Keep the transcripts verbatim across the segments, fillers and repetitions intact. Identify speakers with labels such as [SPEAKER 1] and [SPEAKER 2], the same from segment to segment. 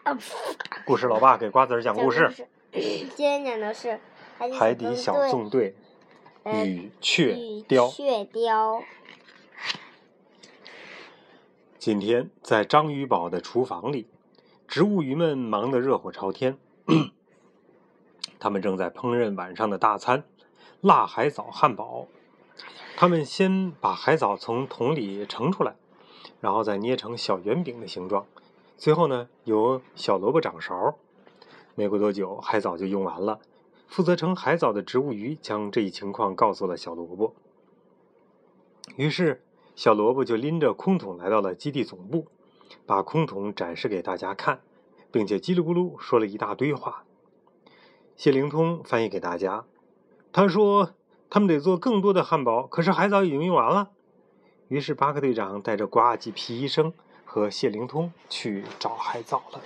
[SPEAKER 1] 故事老爸给瓜子儿讲故事。
[SPEAKER 2] 今天讲的是
[SPEAKER 1] 海底小纵队与雀雕。
[SPEAKER 2] 雀雕。
[SPEAKER 1] 今天在章鱼堡的厨房里，植物鱼们忙得热火朝天，他们正在烹饪晚上的大餐——辣海藻汉堡。他们先把海藻从桶里盛出来，然后再捏成小圆饼的形状，最后呢，有小萝卜掌勺。没过多久，海藻就用完了。负责盛海藻的植物鱼将这一情况告诉了小萝卜。于是，小萝卜就拎着空桶来到了基地总部，把空桶展示给大家看，并且叽里咕噜说了一大堆话。谢灵通翻译给大家，他说他们得做更多的汉堡，可是海藻已经用完了。于是巴克队长带着呱唧、皮医生和谢灵通去找海藻了。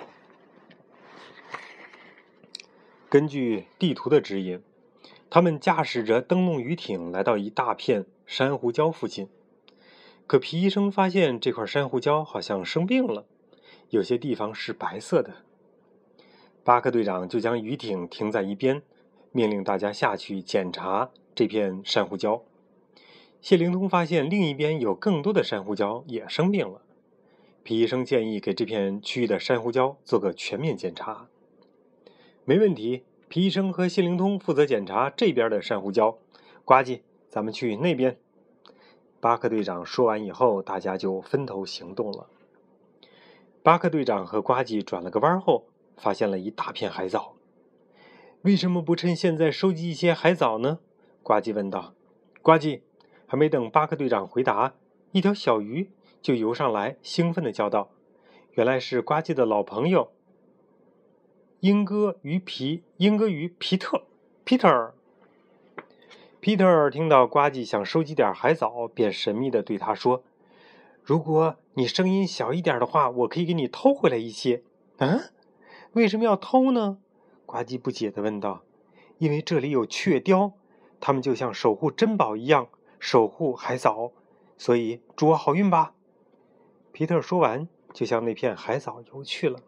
[SPEAKER 1] 根据地图的指引，他们驾驶着灯笼鱼艇来到一大片珊瑚礁附近。可皮医生发现这块珊瑚礁好像生病了，有些地方是白色的。巴克队长就将鱼艇停在一边，命令大家下去检查这片珊瑚礁。谢灵通发现另一边有更多的珊瑚礁也生病了。皮医生建议给这片区域的珊瑚礁做个全面检查。没问题，皮医生和谢灵通负责检查这边的珊瑚礁。呱唧，咱们去那边。巴克队长说完以后，大家就分头行动了。巴克队长和呱唧转了个弯后，发现了一大片海藻。为什么不趁现在收集一些海藻呢？呱唧问道。呱唧，还没等巴克队长回答，一条小鱼就游上来，兴奋地叫道：“原来是呱唧的老朋友，鹰哥鱼皮，鹰哥鱼皮特 ，Peter。” Peter 听到呱唧想收集点海藻，便神秘地对他说：“如果你声音小一点的话，我可以给你偷回来一些。”啊？为什么要偷呢？呱唧不解地问道。“因为这里有雀雕，它们就像守护珍宝一样，守护海藻，所以祝我好运吧。”皮特说完，就向那片海藻游去了。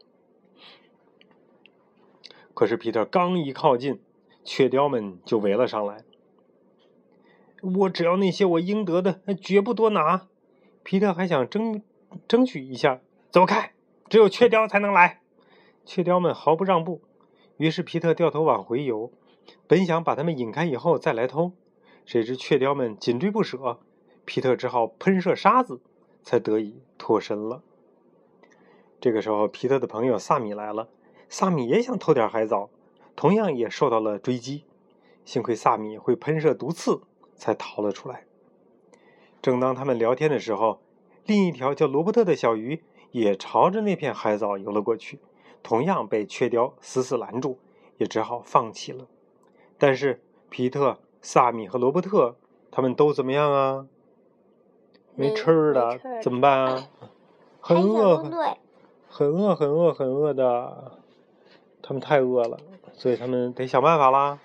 [SPEAKER 1] 可是皮特刚一靠近，雀雕们就围了上来。我只要那些我应得的，绝不多拿。皮特还想争争取一下，走开！只有雀雕才能来。雀雕们毫不让步，于是皮特掉头往回游，本想把他们引开以后再来偷，谁知雀雕们紧追不舍，皮特只好喷射沙子，才得以脱身了。这个时候，皮特的朋友萨米来了，萨米也想偷点海藻，同样也受到了追击。幸亏萨米会喷射毒刺，才逃了出来。正当他们聊天的时候，另一条叫罗伯特的小鱼也朝着那片海藻游了过去，同样被雀雕死死拦住，也只好放弃了。但是皮特、萨米和罗伯特他们都怎么样啊？没吃的，怎么办啊？很饿，很饿，很饿，很饿的。他们太饿了，所以他们得想办法啦。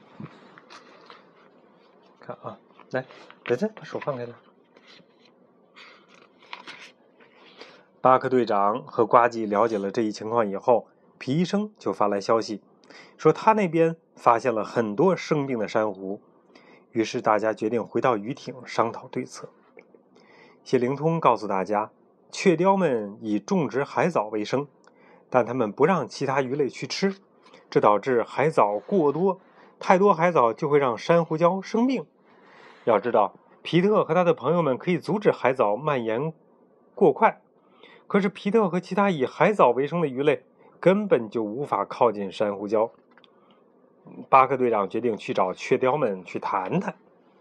[SPEAKER 1] 看啊，来，来来，把手放开了。巴克队长和呱唧了解了这一情况以后，皮医生就发来消息，说他那边发现了很多生病的珊瑚。于是大家决定回到鱼艇商讨对策。谢灵通告诉大家，雀雕们以种植海藻为生，但他们不让其他鱼类去吃，这导致海藻过多，太多海藻就会让珊瑚礁生病。要知道，皮特和他的朋友们可以阻止海藻蔓延过快，可是皮特和其他以海藻为生的鱼类根本就无法靠近珊瑚礁。巴克队长决定去找雀雕们去谈谈。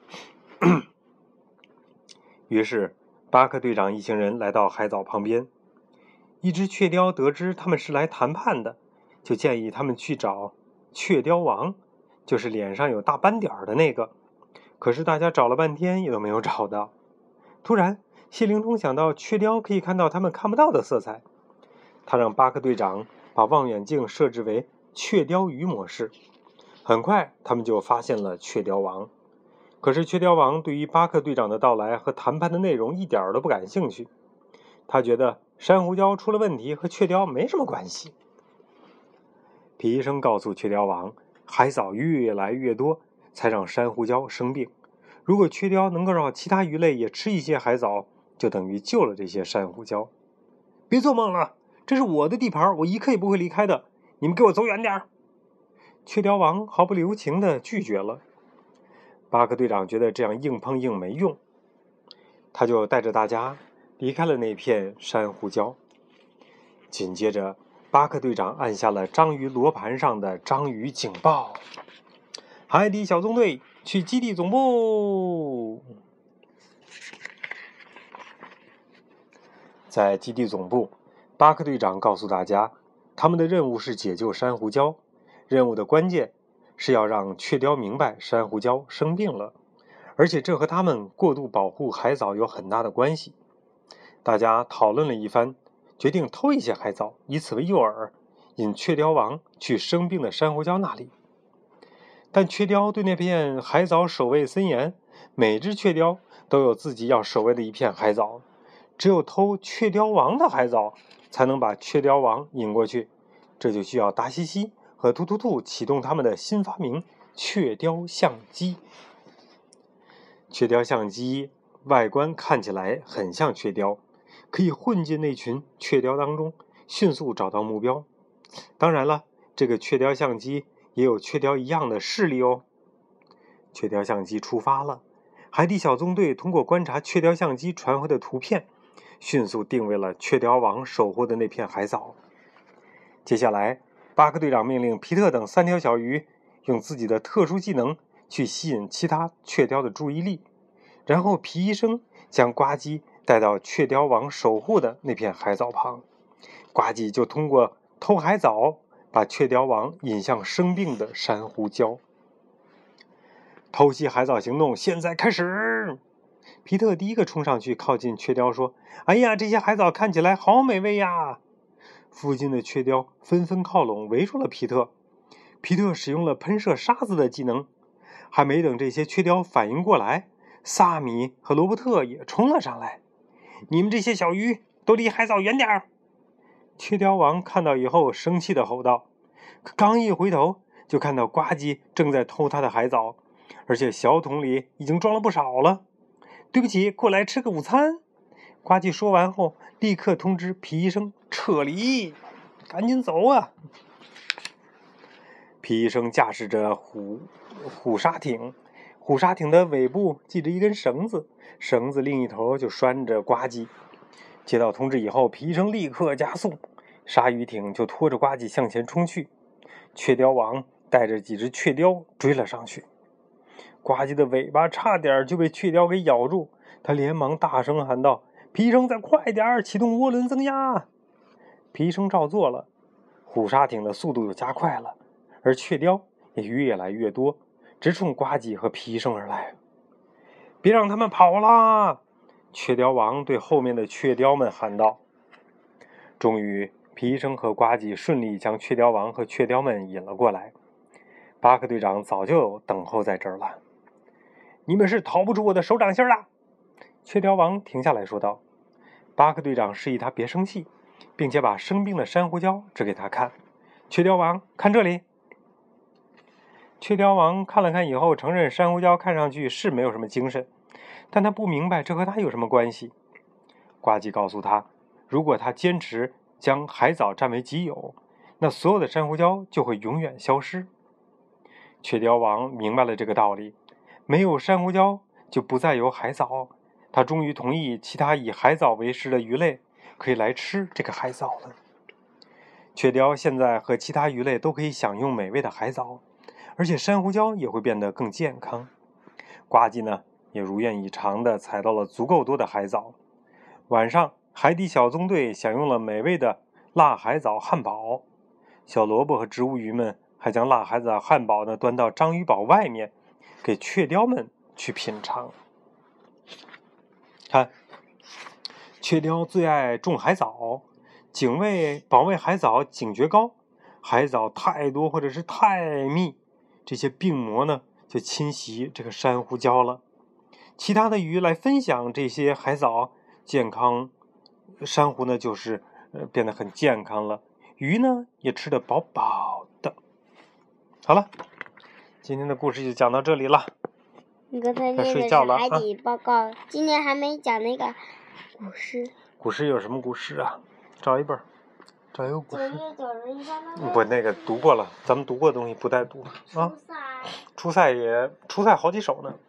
[SPEAKER 1] 于是巴克队长一行人来到海藻旁边。一只雀雕得知他们是来谈判的，就建议他们去找雀雕王，就是脸上有大斑点的那个。可是大家找了半天也都没有找到。突然谢灵通想到雀雕可以看到他们看不到的色彩，他让巴克队长把望远镜设置为雀雕鱼模式。很快他们就发现了雀雕王。可是雀雕王对于巴克队长的到来和谈判的内容一点都不感兴趣，他觉得珊瑚礁出了问题和雀鲷没什么关系。皮医生告诉雀鲷王，海藻越来越多，才让珊瑚礁生病。如果雀鲷能够让其他鱼类也吃一些海藻，就等于救了这些珊瑚礁。别做梦了，这是我的地盘，我一刻也不会离开的，你们给我走远点。雀鲷王毫不留情地拒绝了。巴克队长觉得这样硬碰硬没用，他就带着大家离开了那片珊瑚礁。紧接着，巴克队长按下了章鱼罗盘上的章鱼警报。海底小纵队去基地总部。在基地总部，巴克队长告诉大家，他们的任务是解救珊瑚礁，任务的关键是要让雀鲷明白珊瑚礁生病了，而且这和他们过度保护海藻有很大的关系。大家讨论了一番，决定偷一些海藻，以此为诱饵，引雀鲷王去生病的珊瑚礁那里。但雀鲷对那片海藻守卫森严，每只雀鲷都有自己要守卫的一片海藻，只有偷雀鲷王的海藻，才能把雀鲷王引过去。这就需要达西西和突突兔启动他们的新发明——雀鲷相机。雀鲷相机外观看起来很像雀鲷，可以混进那群雀鲷当中，迅速找到目标。当然了，这个雀鲷相机也有雀鲷一样的视力哦。雀鲷相机出发了，海底小纵队通过观察雀鲷相机传回的图片，迅速定位了雀鲷王守护的那片海藻。接下来，巴克队长命令皮特等三条小鱼用自己的特殊技能去吸引其他雀鲷的注意力，然后皮医生将呱唧带到雀鲷王守护的那片海藻旁，呱唧就通过偷海藻把雀鲷王引向生病的珊瑚礁。偷袭海藻行动现在开始！皮特第一个冲上去靠近雀鲷说：“哎呀，这些海藻看起来好美味呀！”附近的雀鲷纷纷靠拢，围住了皮特。皮特使用了喷射沙子的技能，还没等这些雀鲷反应过来，萨米和罗伯特也冲了上来。“你们这些小鱼，都离海藻远点儿！”雀鲷王看到以后生气地吼道。可刚一回头，就看到呱唧正在偷他的海藻，而且小桶里已经装了不少了。“对不起，过来吃个午餐。”呱唧说完后，立刻通知皮医生撤离，赶紧走啊！皮医生驾驶着虎虎鲨艇，虎鲨艇的尾部系着一根绳子，绳子另一头就拴着呱唧。接到通知以后，皮医生立刻加速，鲨鱼艇就拖着呱唧向前冲去。雀鲷王带着几只雀鲷追了上去，呱唧的尾巴差点就被雀鲷给咬住，他连忙大声喊道：“皮医生，再快点，启动涡轮增压！”皮医生照做了，虎鲨艇的速度又加快了，而雀鲷也越来越多，直冲呱唧和皮医生而来。“别让他们跑啦！”雀鲷王对后面的雀鲷们喊道。终于，皮医生和呱唧顺利将雀鲷王和雀鲷们引了过来。巴克队长早就等候在这儿了。“你们是逃不出我的手掌心的！”雀鲷王停下来说道。巴克队长示意他别生气，并且把生病的珊瑚礁指给他看。“雀鲷王，看这里！”雀鲷王看了看以后，承认珊瑚礁看上去是没有什么精神，但他不明白这和他有什么关系。呱唧告诉他，如果他坚持将海藻占为己有，那所有的珊瑚礁就会永远消失。雀鲷王明白了这个道理，没有珊瑚礁就不再有海藻，他终于同意其他以海藻为食的鱼类可以来吃这个海藻了。雀鲷现在和其他鱼类都可以享用美味的海藻，而且珊瑚礁也会变得更健康。呱唧呢，也如愿以偿地采到了足够多的海藻。晚上，海底小纵队享用了美味的辣海藻汉堡。小萝卜和植物鱼们还将辣海藻汉堡呢端到章鱼堡外面，给雀鲷们去品尝。看，雀鲷最爱种海藻，警卫保卫海藻警觉高，海藻太多或者是太密，这些病魔呢就侵袭这个珊瑚礁了。其他的鱼来分享这些海藻，健康珊瑚呢就是呃变得很健康了，鱼呢也吃得饱饱的。好了，今天的故事就讲到这里了。
[SPEAKER 2] 你刚才
[SPEAKER 1] 该
[SPEAKER 2] 念的是
[SPEAKER 1] 睡觉了
[SPEAKER 2] 海底报告，今天还没讲那个古诗。
[SPEAKER 1] 古诗有什么古诗啊？找一本，找一个古诗。
[SPEAKER 2] 九月九日一三八。
[SPEAKER 1] 不，那个读过了，咱们读过的东西不带读啊。出塞也出塞好几首呢。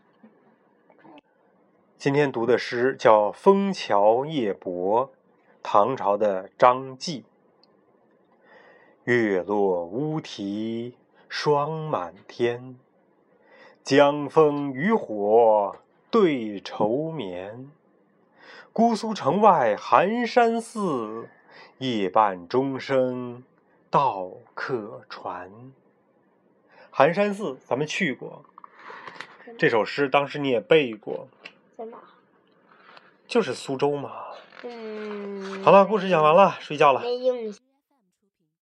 [SPEAKER 1] 今天读的诗叫《枫桥夜泊》，唐朝的张继。月落乌啼霜满天，江枫渔火对愁眠。姑苏城外寒山寺，夜半钟声到客船。寒山寺咱们去过，这首诗当时你也背过。
[SPEAKER 2] 在哪？
[SPEAKER 1] 就是苏州嘛。
[SPEAKER 2] 嗯。
[SPEAKER 1] 好了，故事讲完了，睡觉了。
[SPEAKER 2] 没印象。